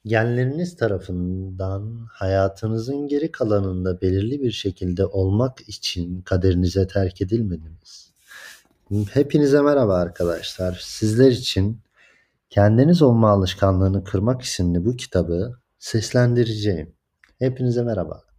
Genleriniz tarafından hayatınızın geri kalanında belirli bir şekilde olmak için kaderinize terk edilmediniz. Hepinize merhaba arkadaşlar. Sizler için Kendiniz Olma Alışkanlığını Kırmak isimli bu kitabı seslendireceğim. Hepinize merhaba.